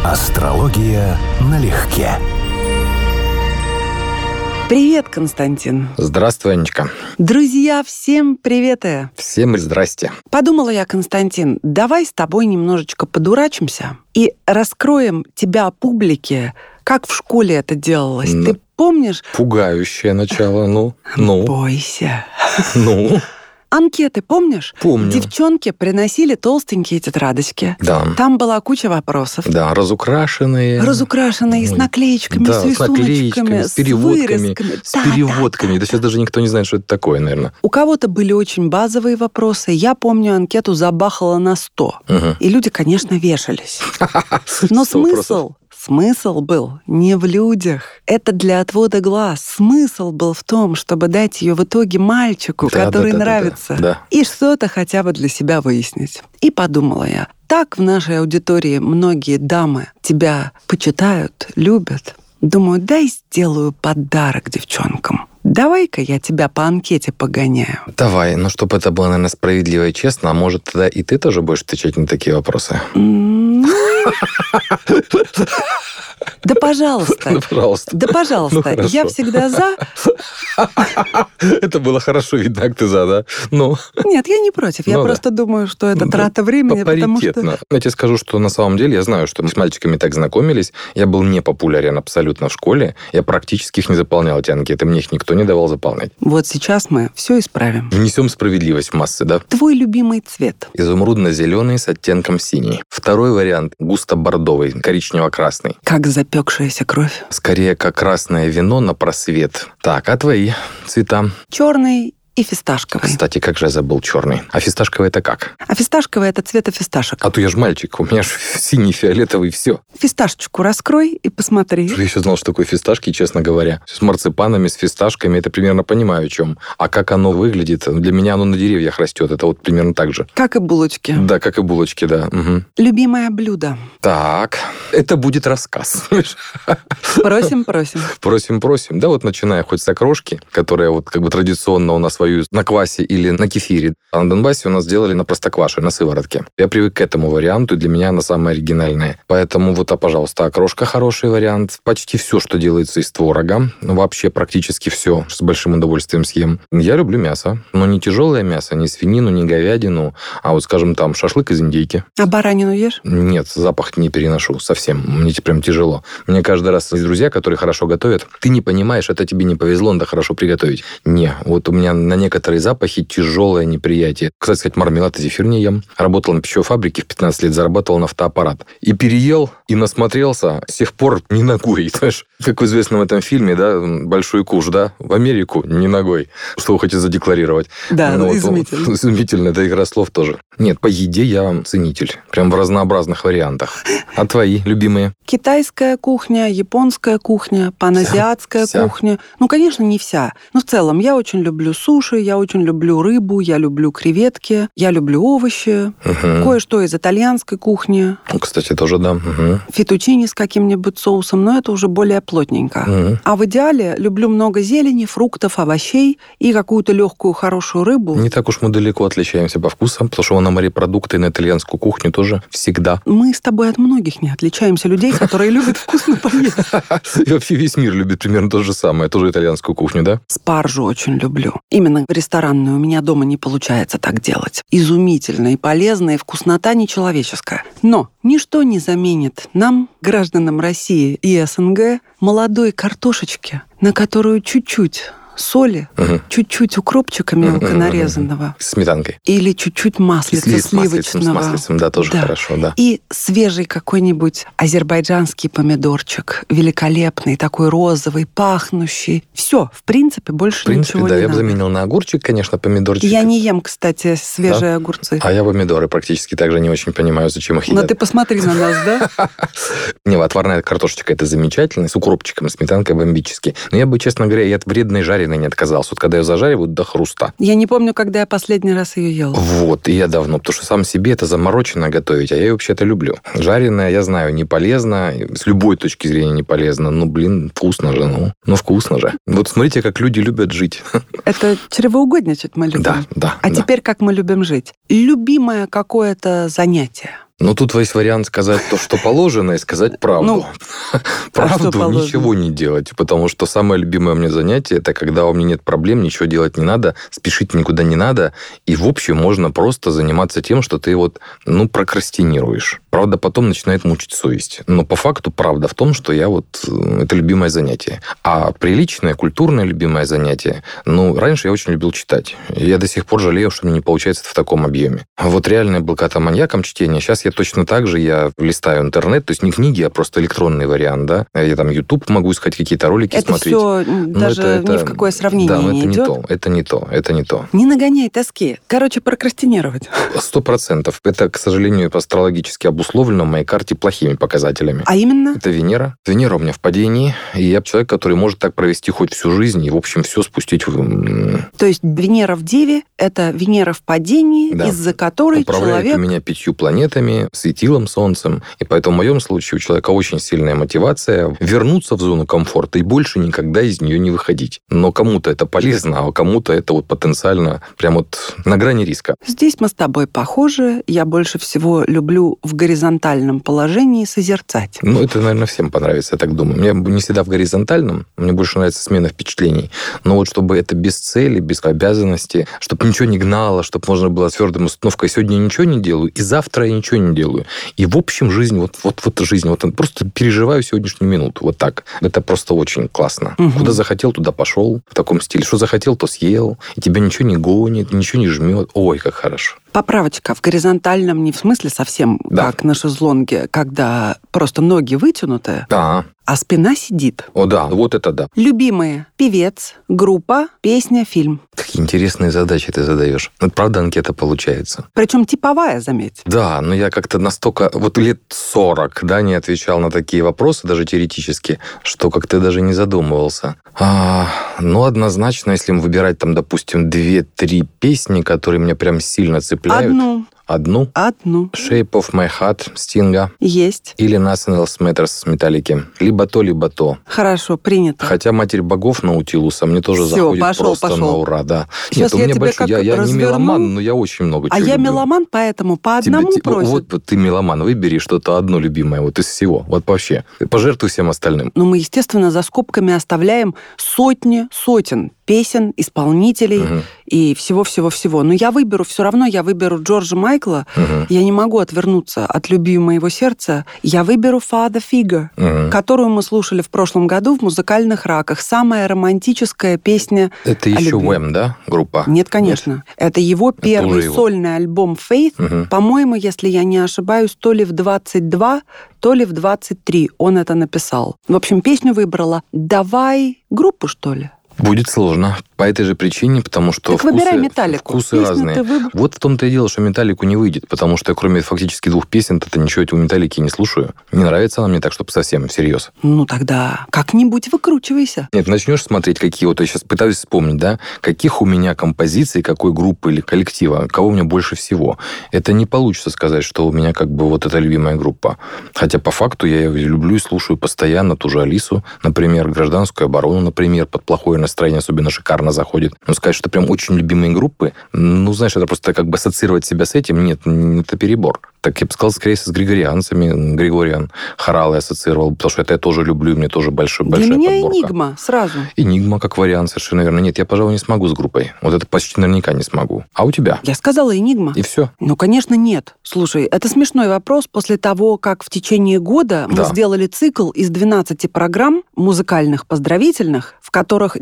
Астрология налегке. Привет, Константин. Здравствуй, Анечка. Друзья, всем приветы. Всем здрасте. Подумала я, Константин, давай с тобой немножечко подурачимся и раскроем тебя публике, как в школе это делалось. Ты помнишь? Пугающее начало, ну. Бойся. Ну. Анкеты, помнишь? Помню. Девчонки приносили толстенькие тетрадочки. Да. Там была куча вопросов. Да, разукрашенные. Разукрашенные, с наклеечками, да, с рисуночками, с переводками. вырезками. С переводками. Да сейчас даже никто не знает, что это такое, наверное. У кого-то были очень базовые вопросы. Я помню, анкету забахала на 100. И люди, конечно, вешались. Но смысл был не в людях. Это для отвода глаз. Смысл был в том, чтобы дать ее в итоге мальчику, который нравится. Да. И что-то хотя бы для себя выяснить. И подумала я, так в нашей аудитории многие дамы тебя почитают, любят. Думаю, дай сделаю подарок девчонкам. Давай-ка я тебя по анкете погоняю. Давай, чтобы это было, наверное, справедливо и честно, а может, тогда и ты тоже будешь отвечать на такие вопросы? Да, пожалуйста. Да, пожалуйста. Я всегда за. Это было хорошо видно, как ты за, да? Нет, я не против. Я просто думаю, что это трата времени, потому что... Я тебе скажу, что на самом деле я знаю, что мы с мальчиками так знакомились. Я был не популярен абсолютно в школе. Я практически их не заполнял, эти анкеты. Мне их никто не давал заполнять. Вот сейчас мы все исправим. Внесем справедливость в массы, да? Твой любимый цвет? Изумрудно-зеленый с оттенком синий. Второй вариант густо-бордовый, коричнево-красный. Как запекшаяся кровь. Скорее, как красное вино на просвет. Так, а твои цвета? Черный и фисташковый. Кстати, как же я забыл черный. А фисташковый это как? А фисташковый это цвета фисташек. А то я ж мальчик, у меня ж синий, фиолетовый, все. Фисташечку раскрой и посмотри. Я еще знал, что такое фисташки, честно говоря. С марципанами, с фисташками, это примерно понимаю, о чем. А как оно выглядит? Для меня оно на деревьях растет. Это вот примерно так же. Как и булочки. Да, как и булочки, да. Угу. Любимое блюдо? Так, это будет рассказ. Просим. Просим. Да, вот начиная хоть с окрошки, которая вот как бы традиционно у нас воюет на квасе или на кефире. А на Донбассе у нас делали на простокваше, на сыворотке. Я привык к этому варианту, и для меня она самая оригинальная. Поэтому пожалуйста, окрошка хороший вариант. Почти все, что делается из творога, вообще практически все, с большим удовольствием съем. Я люблю мясо, но не тяжелое мясо, не свинину, не говядину, а вот, скажем, там шашлык из индейки. А баранину ешь? Нет, запах не переношу совсем. Мне прям тяжело. Мне каждый раз есть друзья, которые хорошо готовят. Ты не понимаешь, это тебе не повезло, надо хорошо приготовить. Не, вот у меня на некоторые запахи тяжелое неприятие. Кстати сказать, мармелад и зефир не ем. Работал на пищевой фабрике в 15 лет, зарабатывал на фотоаппарат. И переел, и насмотрелся. С тех пор не ногой. Знаешь, как в известном этом фильме, да, «Большой куш», да, в Америку не ногой. Что вы хотите задекларировать? Да, изумительно. Изумительно, это игра слов тоже. Нет, по еде я ценитель. Прям в разнообразных вариантах. А твои любимые? Китайская кухня, японская кухня, паназиатская кухня. Конечно, не вся. Но в целом я очень люблю суши, я очень люблю рыбу, я люблю креветки, я люблю овощи. Кое-что из итальянской кухни. Кстати, тоже да. Фетучини с каким-нибудь соусом, но это уже более плотненько. А в идеале люблю много зелени, фруктов, овощей и какую-то легкую, хорошую рыбу. Не так уж мы далеко отличаемся по вкусам, потому что на морепродукты и на итальянскую кухню тоже всегда. Мы с тобой от многих не отличаемся людей, которые любят вкусно поесть. И вообще весь мир любит примерно то же самое, тоже итальянскую кухню, да? Спаржу очень люблю. Именно ресторанную у меня дома не получается так делать. Изумительно и полезно, и вкуснота нечеловеческая. Но ничто не заменит нам, гражданам России и СНГ, молодой картошечки, на которую чуть-чуть соли, чуть-чуть укропчика мелко нарезанного. С сметанкой. Или чуть-чуть маслица сливочного. С маслицем, да, тоже хорошо, да. И свежий какой-нибудь азербайджанский помидорчик, великолепный, такой розовый, пахнущий. Все, в принципе, больше ничего не надо. Я бы заменил на огурчик, конечно, помидорчик. Я не ем, кстати, свежие огурцы. А я помидоры практически также не очень понимаю, зачем их едят. Но ты посмотри на нас, да? Не, отварная картошечка, это замечательно, с укропчиком, сметанкой бомбически. Но я бы, честно говоря, и от вредной жареной не отказался. Вот когда ее зажаривают до хруста. Я не помню, когда я последний раз ее ел. Вот, и я давно, потому что сам себе это заморочено готовить, а я ее вообще-то люблю. Жареная, я знаю, не полезно, с любой точки зрения не полезно. Вкусно же, вкусно же. Вот смотрите, как люди любят жить. Это чревоугодничать мы любим. Да. А теперь как мы любим жить? Любимое какое-то занятие. Ну, тут есть вариант сказать то, что положено, и сказать правду. Правду ничего не делать, потому что самое любимое у меня занятие, это когда у меня нет проблем, ничего делать не надо, спешить никуда не надо, и в общем можно просто заниматься тем, что ты прокрастинируешь. Правда, потом начинает мучить совесть. Но по факту правда в том, что это любимое занятие. А приличное, культурное любимое занятие, раньше я очень любил читать. Я до сих пор жалею, что мне не получается в таком объеме. А вот реально я был когда-то маньяком чтения. Сейчас я точно так же, я листаю интернет, то есть не книги, а просто электронный вариант, да. Я там YouTube могу искать, какие-то ролики смотреть. Это все даже ни в какое сравнение не идет. Это не то. Не нагоняй тоски. Короче, прокрастинировать. 100%. Это, к сожалению, астрологически обусловлено в моей карте плохими показателями. А именно? Это Венера. Венера у меня в падении, и я человек, который может так провести хоть всю жизнь и, в общем, все спустить в... То есть Венера в Деве – это Венера в падении, да, из-за которой управляет человек... у меня 5 планетами, светилом, Солнцем. И поэтому в моем случае у человека очень сильная мотивация вернуться в зону комфорта и больше никогда из нее не выходить. Но кому-то это полезно, а кому-то это потенциально прям на грани риска. Здесь мы с тобой похожи. Я больше всего люблю в горизонтальном положении созерцать. Это, наверное, всем понравится, я так думаю. Мне не всегда в горизонтальном, мне больше нравится смена впечатлений. Но чтобы это без цели, без обязанности, чтобы ничего не гнало, чтобы можно было с твердой установкой: сегодня я ничего не делаю, и завтра я ничего не делаю. И в общем жизнь, жизнь, просто переживаю сегодняшнюю минуту. Вот так. Это просто очень классно. Угу. Куда захотел, туда пошел. В таком стиле. Что захотел, то съел. И тебя ничего не гонит, ничего не жмет. Ой, как хорошо. Поправочка. В горизонтальном не в смысле совсем, да, как на шезлонге, когда просто ноги вытянуты, да, а спина сидит. О, да, вот это да. Любимые: певец, группа, песня, фильм. Какие интересные задачи ты задаешь. Правда, анкета получается. Причем типовая, заметь. Да, но я как-то настолько... лет 40, да, не отвечал на такие вопросы, даже теоретически, что как-то даже не задумывался. Однозначно, если выбирать допустим, 2-3 песни, которые меня прям сильно цепляют. Одну? Shape of My Heart Стинга. Есть. Или Nothing Else Matters с Металлики. Либо то, либо то. Хорошо, принято. Хотя Матерь богов Наутилуса мне тоже заходит просто на ура. Да. Сейчас Нет, у меня большой... Я не меломан, но я очень много чего я люблю. Меломан, поэтому по одному просят. Вот ты меломан, выбери что-то одно любимое из всего. Вообще. Пожертвуй всем остальным. Мы, естественно, за скобками оставляем сотен песен, исполнителей и всего-всего-всего. Но я выберу Джорджа Майкла. Я не могу отвернуться от любви моего сердца. Я выберу Father Figure, которую мы слушали в прошлом году в музыкальных раках. Самая романтическая песня. Это еще Wham, да, группа? Нет, конечно. Нет? Это его первый сольный альбом Faith. По-моему, если я не ошибаюсь, то ли в 22, то ли в 23 он это написал. В общем, песню выбрала. Давай группу, что ли? Будет сложно. По этой же причине, потому что вкусы разные. Вот в том-то и дело, что Металлику не выйдет, потому что кроме фактически 2 песен-то ничего у Металлики не слушаю. Не нравится она мне так, чтобы совсем всерьез. Тогда как-нибудь выкручивайся. Нет, начнешь смотреть, какие я сейчас пытаюсь вспомнить, да, каких у меня композиций, какой группы или коллектива, кого у меня больше всего. Это не получится сказать, что у меня это любимая группа. Хотя по факту я ее люблю и слушаю постоянно ту же Алису, например, Гражданскую оборону, например, под плохое настроение особенно шикарно заходит. Но сказать, что прям очень любимые группы, знаешь, это просто ассоциировать себя с этим, нет, это перебор. Так я бы сказал, скорее с григорианцами. Григориан, хоралы ассоциировал, потому что это я тоже люблю, и мне тоже большая подборка. Для меня Энигма сразу. Энигма как вариант, совершенно верно. Нет, я, пожалуй, не смогу с группой. Это почти наверняка не смогу. А у тебя? Я сказала Энигма. И все? Конечно, нет. Слушай, это смешной вопрос после того, как в течение года мы сделали цикл из 12 программ музыкальных, поздравительных, в которых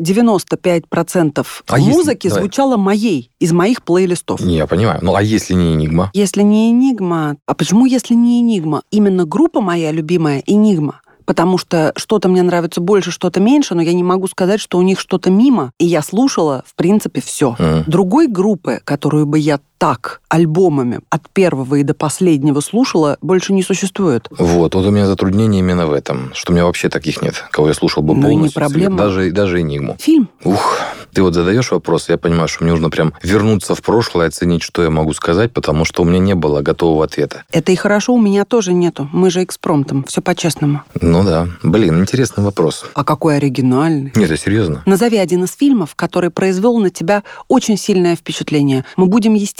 95% музыки звучало моей, из моих плейлистов. Я понимаю. А если не Энигма? Если не Энигма... А почему если не Энигма? Именно группа моя любимая Энигма. Потому что что-то мне нравится больше, что-то меньше, но я не могу сказать, что у них что-то мимо. И я слушала, в принципе, все. Другой группы, которую бы я так альбомами от первого и до последнего слушала, больше не существует. Вот у меня затруднение именно в этом, что у меня вообще таких нет, кого я слушал бы полностью. Не проблема. Даже Энигму. Фильм. Ты задаешь вопрос, я понимаю, что мне нужно прям вернуться в прошлое, оценить, что я могу сказать, потому что у меня не было готового ответа. Это и хорошо, у меня тоже нету. Мы же экспромтом, все по-честному. Да. Интересный вопрос. А какой оригинальный. Нет, это серьезно. Назови один из фильмов, который произвел на тебя очень сильное впечатление. Мы будем, естественно,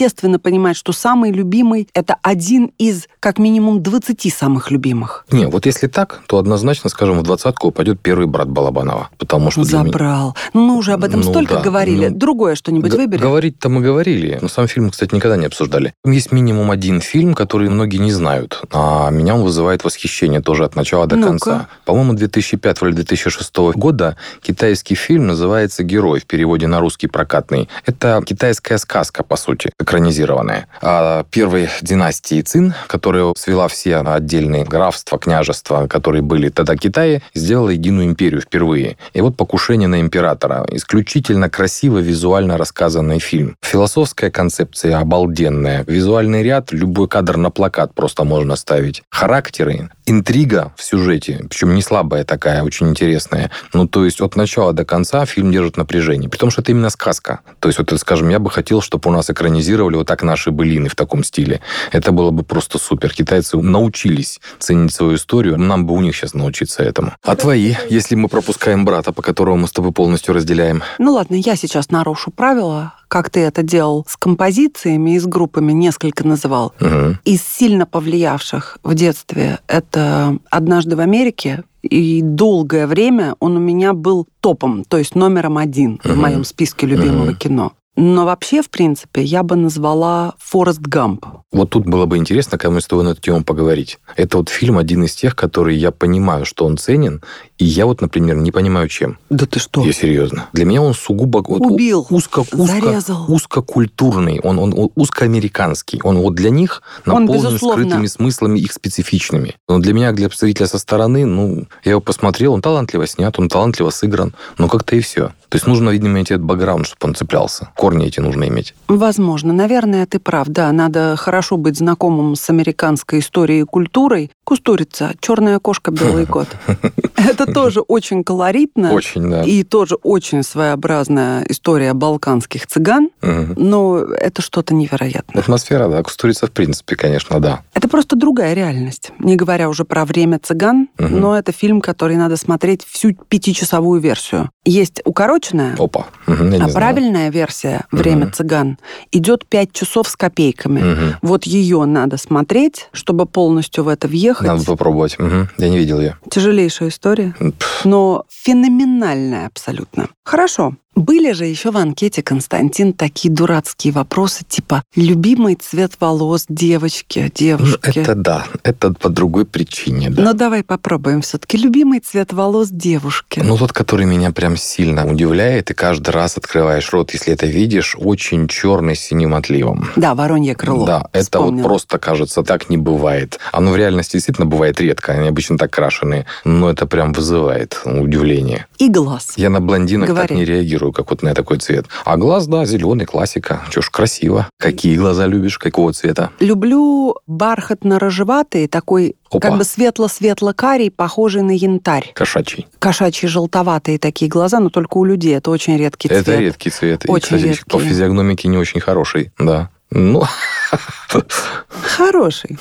естественно понимать, что самый любимый — это один из, как минимум, 20 самых любимых. Не, вот если так, то однозначно, скажем, в 20-ку упадет «Первый брат» Балабанова. Потому что Забрал. Мы уже об этом столько говорили. Другое что-нибудь выбери. Говорить-то мы говорили, но сам фильм, кстати, никогда не обсуждали. Есть минимум один фильм, который многие не знают, а меня он вызывает восхищение тоже от начала до конца. По-моему, 2005 или 2006 года китайский фильм называется «Герой», в переводе на русский прокатный. Это китайская сказка, по сути, экранизированная. О первой династии Цин, которая свела все отдельные графства, княжества, которые были тогда в Китае, сделала единую империю впервые. И вот «Покушение на императора». Исключительно красиво визуально рассказанный фильм. Философская концепция обалденная. Визуальный ряд, любой кадр на плакат просто можно ставить. Характеры, интрига в сюжете, причем не слабая такая, очень интересная. Ну, то есть от начала до конца фильм держит напряжение. При том, что это именно сказка. То есть, вот, скажем, я бы хотел, чтобы у нас экранизировали вот так наши былины в таком стиле. Это было бы просто супер. Китайцы научились ценить свою историю. Нам бы у них сейчас научиться этому. А твои, если мы пропускаем брата, по которому мы с тобой полностью разделяем? Ну ладно, я сейчас нарушу правила, как ты это делал с композициями и с группами, несколько называл. Из сильно повлиявших в детстве это «Однажды в Америке», и долгое время он у меня был топом, то есть номером 1 в моем списке любимого кино. Но вообще, в принципе, я бы назвала «Форест Гамп». Вот тут было бы интересно кому-нибудь с тобой на эту тему поговорить. Это вот фильм один из тех, который я понимаю, что он ценен, и я вот, например, не понимаю, чем. Да ты что? Я серьезно. Для меня он сугубо убил, зарезал. Узкокультурный, он узкоамериканский. Он вот для них наполнен скрытыми смыслами, их специфичными. Но для меня, для зрителя со стороны, я его посмотрел, он талантливо снят, он талантливо сыгран, но как-то и все. То есть нужно, видимо, иметь этот бэкграунд, чтобы он цеплялся. Корни эти нужно иметь. Возможно. Наверное, ты прав. Да, надо хорошо быть знакомым с американской историей и культурой. Кустурица, черная кошка, белый кот. Это тоже очень колоритно. Очень, да. И тоже очень своеобразная история балканских цыган. Но это что-то невероятное. Атмосфера, да. Кустурица, в принципе, конечно, да. Это просто другая реальность. Не говоря уже про «Время цыган», но это фильм, который надо смотреть всю 5-часовую версию. Есть укороченная, правильная версия «Время цыган» идет 5 часов с копейками. Вот ее надо смотреть, чтобы полностью в это въехать. Надо попробовать. Я не видел ее. Тяжелейшая история, но феноменальная абсолютно. Хорошо. Были же еще в анкете, Константин, такие дурацкие вопросы, типа «любимый цвет волос девочки». Это да, это по другой причине, да. Но давай попробуем все-таки. Любимый цвет волос девушки. Тот, который меня прям сильно удивляет, и каждый раз открываешь рот, если это видишь, очень черный с синим отливом. Да, воронье крыло. Да, это вот просто, кажется, так не бывает. Оно в реальности действительно бывает редко, они обычно так крашеные, но это прям вызывает удивление. И глаз. Я на блондинок так не реагирую, как вот на такой цвет. А глаз, да, зеленый, классика. Чё ж, красиво. Какие глаза любишь? Какого цвета? Люблю бархатно-рыжеватый, такой как бы светло-светло-карий, похожий на янтарь. Кошачий. Кошачьи желтоватые такие глаза, но только у людей. Это очень редкий цвет. Это редкий цвет. Очень и, кстати, редкий. По физиогномике не очень хороший, да. Хороший.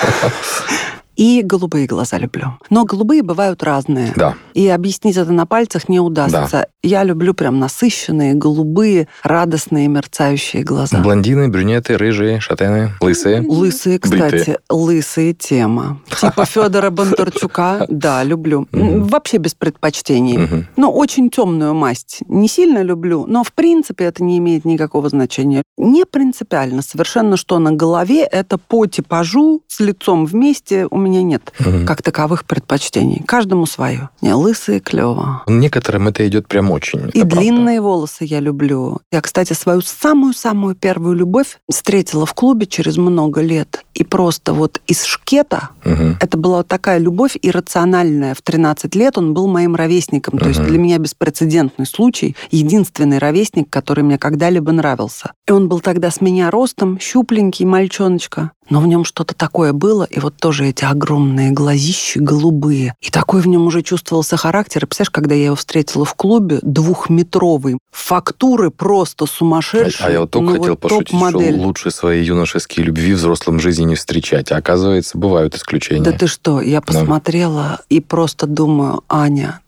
И голубые глаза люблю. Но голубые бывают разные. Да. И объяснить это на пальцах не удастся. Да. Я люблю прям насыщенные, голубые, радостные, мерцающие глаза. Блондины, брюнеты, рыжие, шатены, лысые. Лысые, кстати, лысые тема. Типа Федора Бондарчука. Да, люблю. Вообще без предпочтений. Но очень темную масть не сильно люблю, но в принципе это не имеет никакого значения. Не принципиально совершенно, что на голове это по типажу с лицом вместе у меня нет как таковых предпочтений. Каждому свое. Не, лысые клево. Некоторым это идет прям очень. И длинные волосы я люблю. Я, кстати, свою самую-самую первую любовь встретила в клубе через много лет. И просто вот из шкета это была вот такая любовь иррациональная. В 13 лет он был моим ровесником. То есть для меня беспрецедентный случай. Единственный ровесник, который мне когда-либо нравился. И он был тогда с меня ростом, щупленький мальчоночка. Но в нем что-то такое было, и вот тоже эти огромные глазищи голубые. И такой в нем уже чувствовался характер. И представляешь, когда я его встретила в клубе, 2-метровый, фактуры просто сумасшедшие. А я вот только хотел пошутить, что лучше свои юношеские любви в взрослом жизни не встречать. А оказывается, бывают исключения. Да ты что, я посмотрела и просто думаю, Аня,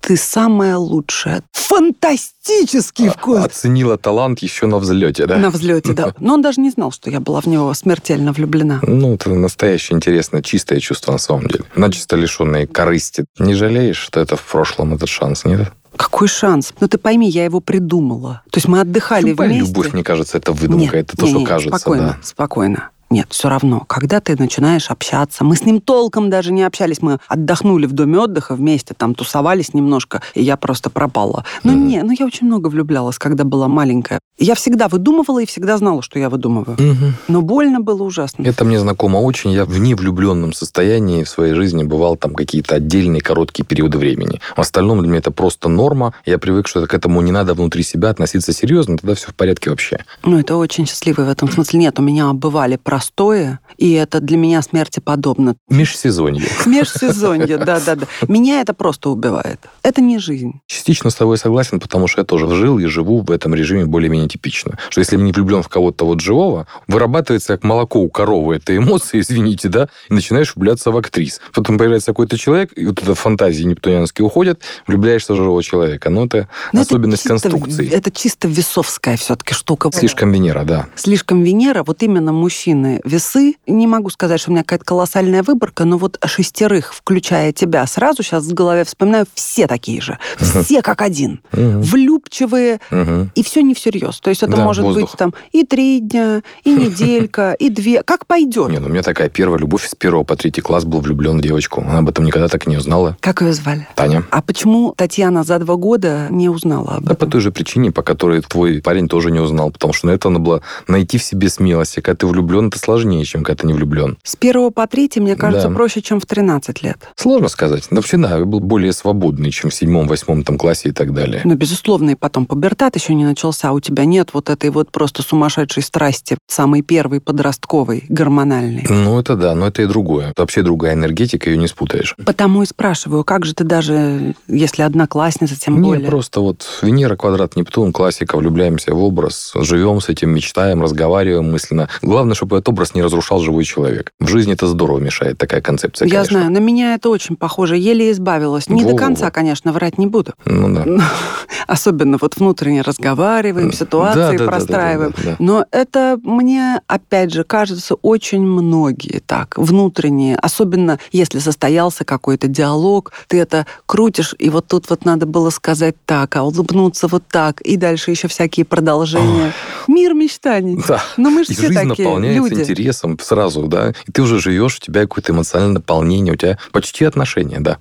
ты самая лучшая. Фантастический вкус! Оценила талант еще на взлете, да? На взлете, да. Но он даже не знал, что я была в него смертельно влюблена. Ну, это настоящее интересное, чистое чувство на самом деле. Начисто лишенное корысти. Не жалеешь, что это в прошлом, этот шанс, нет? Какой шанс? Ну, ты пойми, я его придумала. То есть мы отдыхали Любая вместе. любовь, мне кажется, это выдумка. Нет, это то, что кажется. Спокойно, спокойно. Нет, все равно, когда ты начинаешь общаться, мы с ним толком даже не общались, мы отдохнули в доме отдыха вместе, там тусовались немножко, и я просто пропала. Ну, я очень много влюблялась, когда была маленькая. Я всегда выдумывала и всегда знала, что я выдумываю. Но больно было ужасно. Это мне знакомо очень. Я в невлюбленном состоянии в своей жизни бывал там какие-то отдельные короткие периоды времени. В остальном для меня это просто норма. Я привык, что к этому не надо внутри себя относиться серьезно, тогда все в порядке вообще. Ну, это очень счастливый в этом смысле. Нет, у меня бывали простое, и это для меня смерти подобно. Межсезонье. Межсезонье, да. Меня это просто убивает. Это не жизнь. Частично с тобой согласен, потому что я тоже жил и живу в этом режиме более-менее типично. Что если я не влюблен в кого-то вот живого, вырабатывается как молоко у коровы. Это эмоции, извините, да, и начинаешь влюбляться в актрис. Потом появляется какой-то человек, и вот эта фантазии нептунианские уходят, влюбляешься в живого человека. Но это особенность конструкции. Это чисто весовская все-таки штука. Слишком Венера, да. Слишком Венера. Вот именно мужчины весы. Не могу сказать, что у меня какая-то колоссальная выборка, но вот 6, включая тебя, сразу сейчас в голове вспоминаю, все такие же. Все как один. Влюбчивые. И все не всерьез. То есть это может быть там и 3 дня, и неделька, и 2. Как пойдет. Не, ну у меня такая первая любовь с 1 по 3 класс был влюблен в девочку. Она об этом никогда так и не узнала. Как ее звали? Таня. А почему Татьяна за 2 года не узнала об этом? Да по той же причине, по которой твой парень тоже не узнал. Потому что это надо было найти в себе смелость. И когда ты влюблен, это сложнее, чем когда ты не влюблен. С 1 по 3, мне кажется, проще, чем в 13 лет. Сложно сказать. Вообще, да, я был более свободный, чем в 7, 8 классе и так далее. Ну, безусловно, и потом пубертат еще не начался. У тебя нет вот этой вот просто сумасшедшей страсти, самой первой подростковой, гормональной. Ну, это да, но это и другое. Это вообще другая энергетика, ее не спутаешь. Потому и спрашиваю, как же ты даже, если одноклассница, тем более... Не, просто вот Венера, квадрат, Нептун, классика, влюбляемся в образ, живем с этим, мечтаем, разговариваем мысленно. Главное, чтобы этот образ не разрушал живой человек. В жизни это здорово мешает, такая концепция, Я знаю, на меня это очень похоже. Еле избавилась. Не до конца, конечно, врать не буду. Ну да. Особенно вот внутренне разговариваем, ситуации простраиваем. Да. Но это мне, опять же, кажется, очень многие так, внутренние. Особенно, если состоялся какой-то диалог, ты это крутишь, и вот тут вот надо было сказать так, а улыбнуться вот так, и дальше еще всякие продолжения. Мир мечтаний. Да. Но мы же и все жизнь такие наполняется люди. интересом сразу, да. И ты уже живешь, у тебя какое-то эмоциональное наполнение, у тебя почти отношения, да.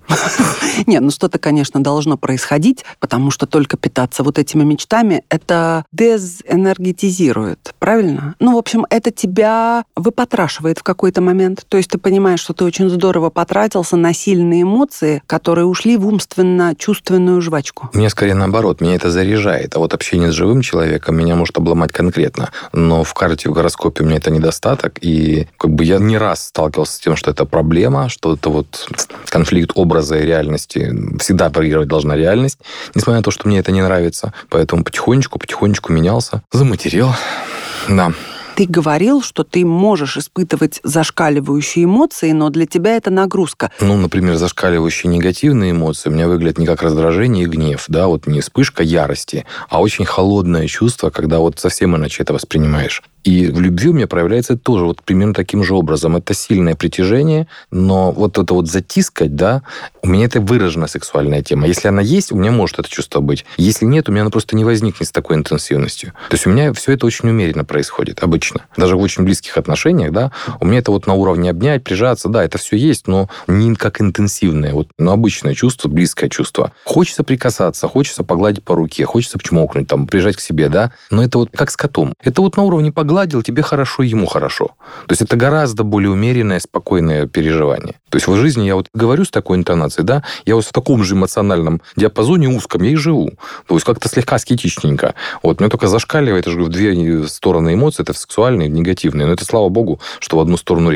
Не, ну что-то, конечно, должно происходить, потому что только питаться вот этими мечтами, это дезэнергетизирует, правильно? Ну, в общем, это тебя выпотрашивает в какой-то момент. То есть ты понимаешь, что ты очень здорово потратился на сильные эмоции, которые ушли в умственно-чувственную жвачку. Мне скорее наоборот, меня это заряжает. А вот общение с живым человеком меня может обломать конкретно. Но в карте, в гороскопе у меня это недостаток. И как бы я не раз сталкивался с тем, что это проблема, что это вот конфликт образа и реальности. Всегда варьировать должна реальность, несмотря на то, что мне это не нравится. Поэтому потихонечку менялся. Заматерел. Да. Ты говорил, что ты можешь испытывать зашкаливающие эмоции, но для тебя это нагрузка. Ну, например, зашкаливающие негативные эмоции у меня выглядят не как раздражение и гнев, да, вот не вспышка ярости, а очень холодное чувство, когда вот совсем иначе это воспринимаешь. И в любви у меня проявляется тоже вот примерно таким же образом. Это сильное притяжение, но вот это вот затискать, да, у меня это выраженная сексуальная тема. Если она есть, у меня может это чувство быть. Если нет, у меня оно просто не возникнет с такой интенсивностью. То есть у меня все это очень умеренно происходит, обычно. Даже в очень близких отношениях, да, у меня это вот на уровне обнять, прижаться, да, это все есть, но не как интенсивное, вот, но обычное чувство, близкое чувство. Хочется прикасаться, хочется погладить по руке, хочется чмокнуть, там, прижать к себе, да, но это вот как с котом. Это вот на уровне погладил, тебе хорошо, ему хорошо. То есть это гораздо более умеренное, спокойное переживание. То есть в жизни я вот говорю с такой интонацией, да, я вот в таком же эмоциональном диапазоне узком я и живу. То есть как-то слегка аскетичненько. Вот, меня только зашкаливает, я же говорю, в две стороны эмоций, это в сексуальные и в негативные. Но это, слава богу, что в одну сторону редко.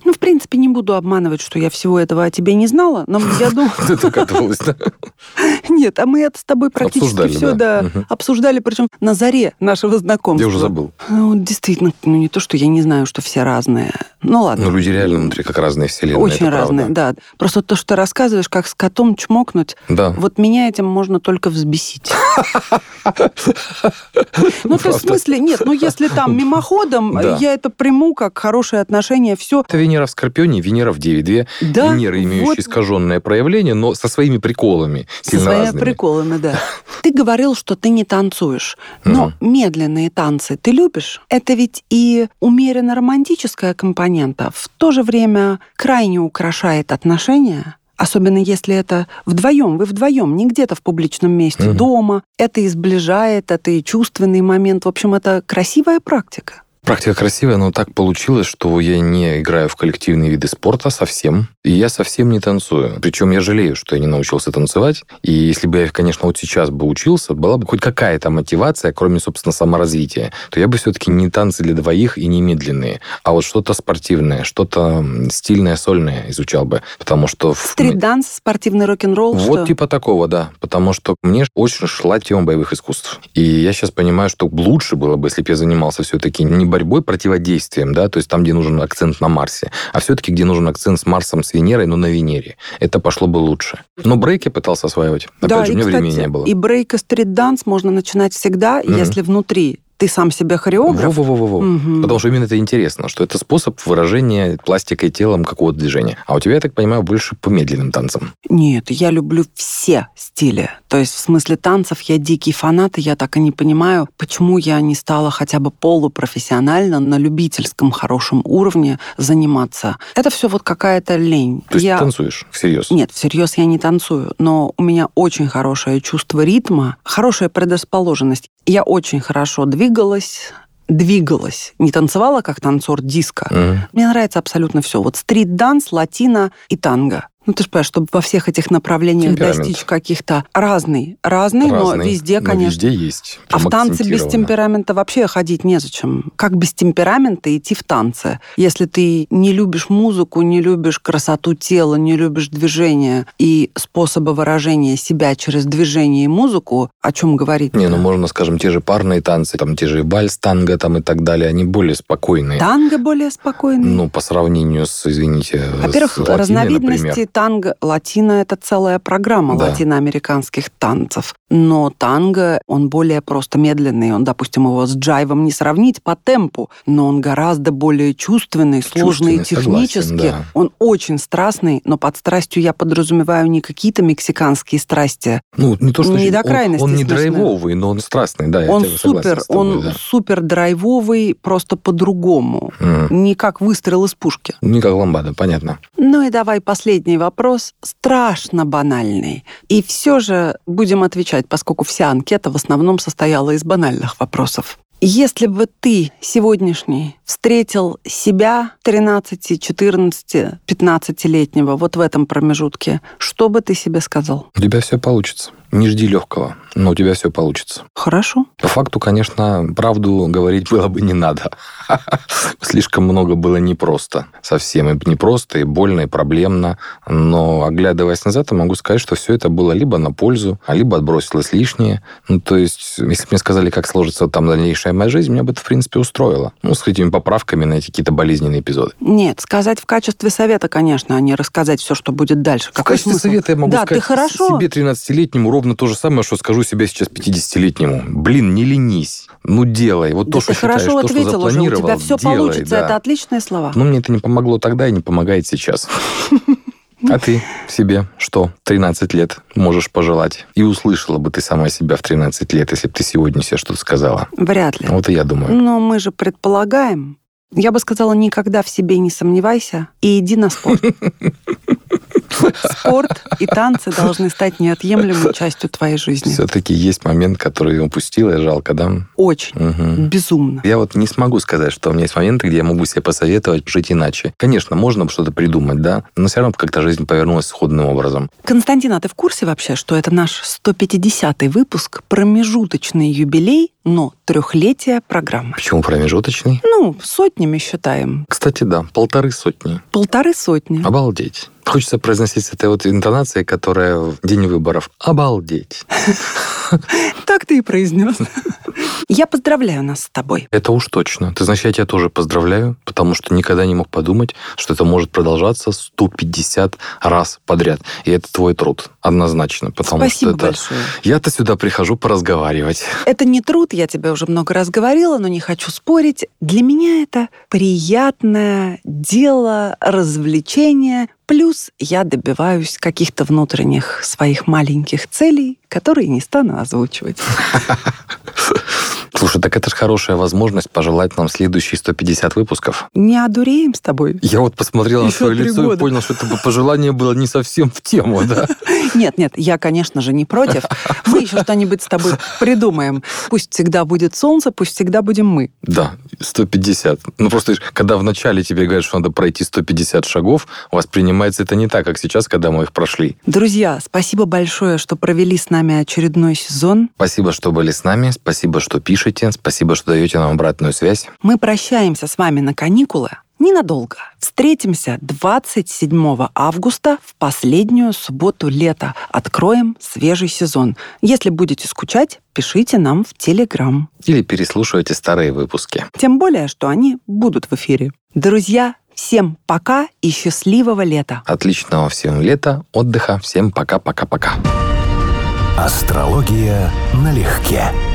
Ну, в принципе, не буду обманывать, что я всего этого о тебе не знала, но я думаю... Ты догадывалась, да? Нет, а мы это с тобой практически все обсуждали, причем на заре нашего знакомства. Я уже забыл. Ну, действительно, не то, что я не знаю, что все разные. Ну, ладно. Ну, люди реально внутри как разные вселенные. Очень разные, да. Просто то, что ты рассказываешь, как с котом чмокнуть, вот меня этим можно только взбесить. Ну, то есть в смысле, нет, ну, если там мимоходом, я это приму как хорошее отношение, все. Это Венера в Скорпионе, Венера в Деве. Две Венеры, имеющие искаженное проявление, но со своими приколами. Со своими приколами, да. Ты говорил, что ты не танцуешь, но медленные танцы ты любишь? Это ведь и умеренно романтическая компонента, в то же время крайне украшает отношения. Особенно если это вдвоем, вы вдвоем, не где-то в публичном месте, дома. Это и сближает, это и чувственный момент. В общем, это красивая практика. Практика красивая, но так получилось, что я не играю в коллективные виды спорта совсем, и я совсем не танцую. Причем я жалею, что я не научился танцевать, и если бы я, конечно, вот сейчас бы учился, была бы хоть какая-то мотивация, кроме, собственно, саморазвития, то я бы все-таки не танцы для двоих и не медленные, а вот что-то спортивное, что-то стильное, сольное изучал бы, потому что... Стрит-данс, спортивный рок-н-ролл, вот что? Типа такого, да, потому что мне очень шла тема боевых искусств. И я сейчас понимаю, что лучше было бы, если бы я занимался все-таки не борьбой, противодействием, да, то есть там, где нужен акцент на Марсе, а все-таки, где нужен акцент с Марсом, с Венерой, но на Венере. Это пошло бы лучше. Но брейк я пытался осваивать. Опять же, у меня времени не было. И брейк, и стрит-данс можно начинать всегда, если внутри ты сам себе хореограф. Потому что именно это интересно, что это способ выражения пластикой телом какого-то движения. А у тебя, я так понимаю, больше по медленным танцам. Нет, я люблю все стили. То есть в смысле танцев я дикий фанат, и я так и не понимаю, почему я не стала хотя бы полупрофессионально на любительском хорошем уровне заниматься. Это все вот какая-то лень. То есть ты танцуешь всерьез? Нет, всерьез я не танцую, но у меня очень хорошее чувство ритма, хорошая предрасположенность. Я очень хорошо двигалась, не танцевала как танцор диско. Мне нравится абсолютно все. Вот стрит-данс, латино и танго. Ну, ты же понимаешь, чтобы во всех этих направлениях достичь каких-то разный, но везде, конечно. Везде есть. А в танце без темперамента вообще ходить незачем. Как без темперамента идти в танце? Если ты не любишь музыку, не любишь красоту тела, не любишь движения и способа выражения себя через движение и музыку, о чем говорить? Не, ну можно, скажем, те же парные танцы, там те же вальс, танго там и так далее, они более спокойные. Танго более спокойные? Ну, по сравнению с, извините, во-первых, с латиной, разновидности например. Танго, латино — это целая программа латиноамериканских танцев. Но танго, он более просто медленный. Он, допустим, его с джайвом не сравнить по темпу, но он гораздо более чувственный, сложный технически. Согласен, да. Он очень страстный, но под страстью я подразумеваю не какие-то мексиканские страсти. Ну, не то, что не до крайности. Он не драйвовый, но он страстный, да. Он супер драйвовый, просто по-другому. Не как выстрел из пушки. Не как ламбада, понятно. Ну и давай последний вопрос, страшно банальный. И все же будем отвечать, поскольку вся анкета в основном состояла из банальных вопросов. Если бы ты сегодняшний встретил себя 13, 14, 15-летнего вот в этом промежутке, что бы ты себе сказал? У тебя все получится. Не жди легкого, но у тебя все получится. Хорошо. По факту, конечно, правду говорить было бы не надо. Слишком много было непросто. Совсем и непросто, и больно, и проблемно. Но, оглядываясь назад, я могу сказать, что все это было либо на пользу, либо отбросилось лишнее. Ну, то есть, если бы мне сказали, как сложится там дальнейшая моя жизнь, меня бы это, в принципе, устроило. Ну, с этими поправками на эти какие-то болезненные эпизоды. Нет, сказать в качестве совета, конечно, а не рассказать все, что будет дальше. В качестве совета я могу сказать ты хорошо. себе 13-летнему ровно то же самое, что скажу себе сейчас 50-летнему. Блин, не ленись. Ну, делай. Вот то, что считаешь, то, что запланировал, у тебя все делай, получится. Это отличные слова. Но мне это не помогло тогда и не помогает сейчас. А ты себе что 13 лет можешь пожелать? И услышала бы ты сама себя в 13 лет, если бы ты сегодня себе что-то сказала? Вряд ли. Вот и я думаю. Но мы же предполагаем. Я бы сказала, никогда в себе не сомневайся и иди на спорт. Спорт и танцы должны стать неотъемлемой частью твоей жизни. Все-таки есть момент, который упустила, и жалко, да? Очень. Безумно. Я вот не смогу сказать, что у меня есть моменты, где я могу себе посоветовать жить иначе. Конечно, можно что-то придумать, да, но все равно как-то жизнь повернулась сходным образом. Константин, а ты в курсе вообще, что это наш 150-й выпуск, промежуточный юбилей, но 3-летие программы? Почему промежуточный? Сотнями считаем. Кстати, да, 150. 150. Обалдеть. Хочется произносить с этой вот интонацией, которая в день выборов. Обалдеть. Так ты и произнес. Я поздравляю нас с тобой. Это уж точно. Ты знаешь, я тебя тоже поздравляю, потому что никогда не мог подумать, что это может продолжаться 150 раз подряд. И это твой труд, однозначно. Спасибо большое. Я-то сюда прихожу поразговаривать. Это не труд, я тебе уже много раз говорила, но не хочу спорить. Для меня это приятное дело, развлечение. Плюс я добиваюсь каких-то внутренних своих маленьких целей, которые не стану озвучивать. Слушай, так это же хорошая возможность пожелать нам следующие 150 выпусков. Не одуреем с тобой? Я вот посмотрел на твое лицо и понял, что это пожелание было не совсем в тему, да? Нет, я, конечно же, не против. Мы еще что-нибудь с тобой придумаем. Пусть всегда будет солнце, пусть всегда будем мы. Да, 150. Просто когда вначале тебе говорят, что надо пройти 150 шагов, воспринимается это не так, как сейчас, когда мы их прошли. Друзья, спасибо большое, что провели с нами очередной сезон. Спасибо, что были с нами. Спасибо, что пишете. Спасибо, что даете нам обратную связь. Мы прощаемся с вами на каникулы ненадолго. Встретимся 27 августа в последнюю субботу лета. Откроем свежий сезон. Если будете скучать, пишите нам в Телеграм. Или переслушивайте старые выпуски. Тем более, что они будут в эфире. Друзья, всем пока и счастливого лета. Отличного всем лета, отдыха. Всем пока-пока-пока. Астрология налегке.